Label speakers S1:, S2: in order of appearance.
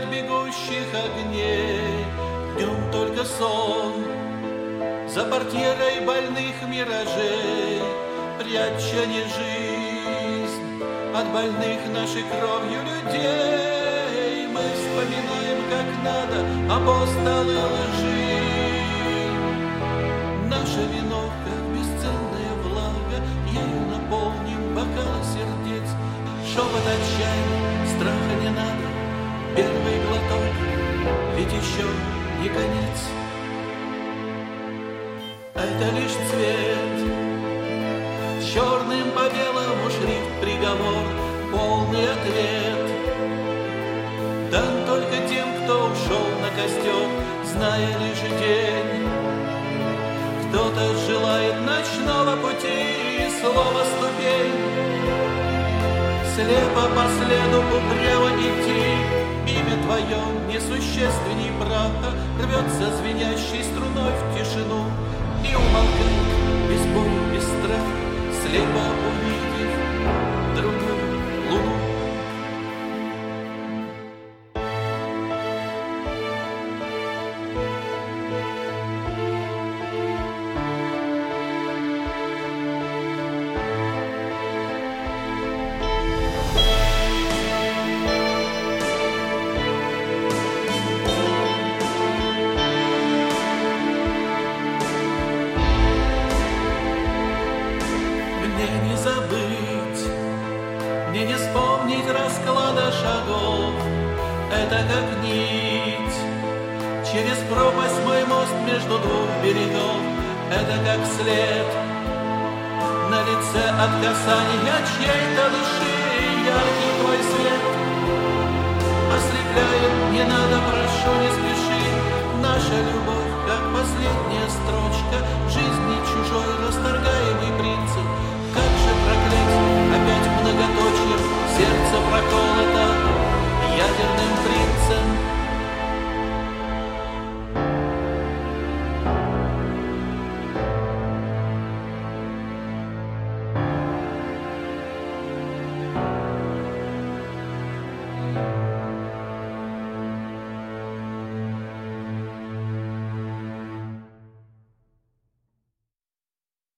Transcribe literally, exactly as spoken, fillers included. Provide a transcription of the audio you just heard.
S1: бегущих огней. Днем только сон за портьерой больных миражей, пряча не жизнь от больных нашей кровью людей. Мы вспоминаем, как надо, апостолы лжи. Наше вино, как бесценная влага, ею наполним бокалы сердец. Шепот отчаяния, страха не надо, первый глоток, ведь еще не конец. Это лишь цвет, черным по белому шрифт приговор, полный ответ дан только тем, кто ушел на костер, зная лишь день. Кто-то желает ночного пути и слова ступень, слепо по следу упрямо идти. Имя твое, несущественней праха, рвется звенящей струной в тишину и умолкает без боя, без страха, слепо увидев другую луну. Мне не забыть, мне не вспомнить расклада шагов. Это как нить через пропасть, мой мост между двух берегов. Это как след на лице от касания чьей-то души. Яркий твой свет ослепляет, не надо, прошу, не спеши. Наша любовь, как последняя строчка жизни чужой, расторгаемый принцип. Как же проклять опять многоточием, сердце проколото ядерным принципом.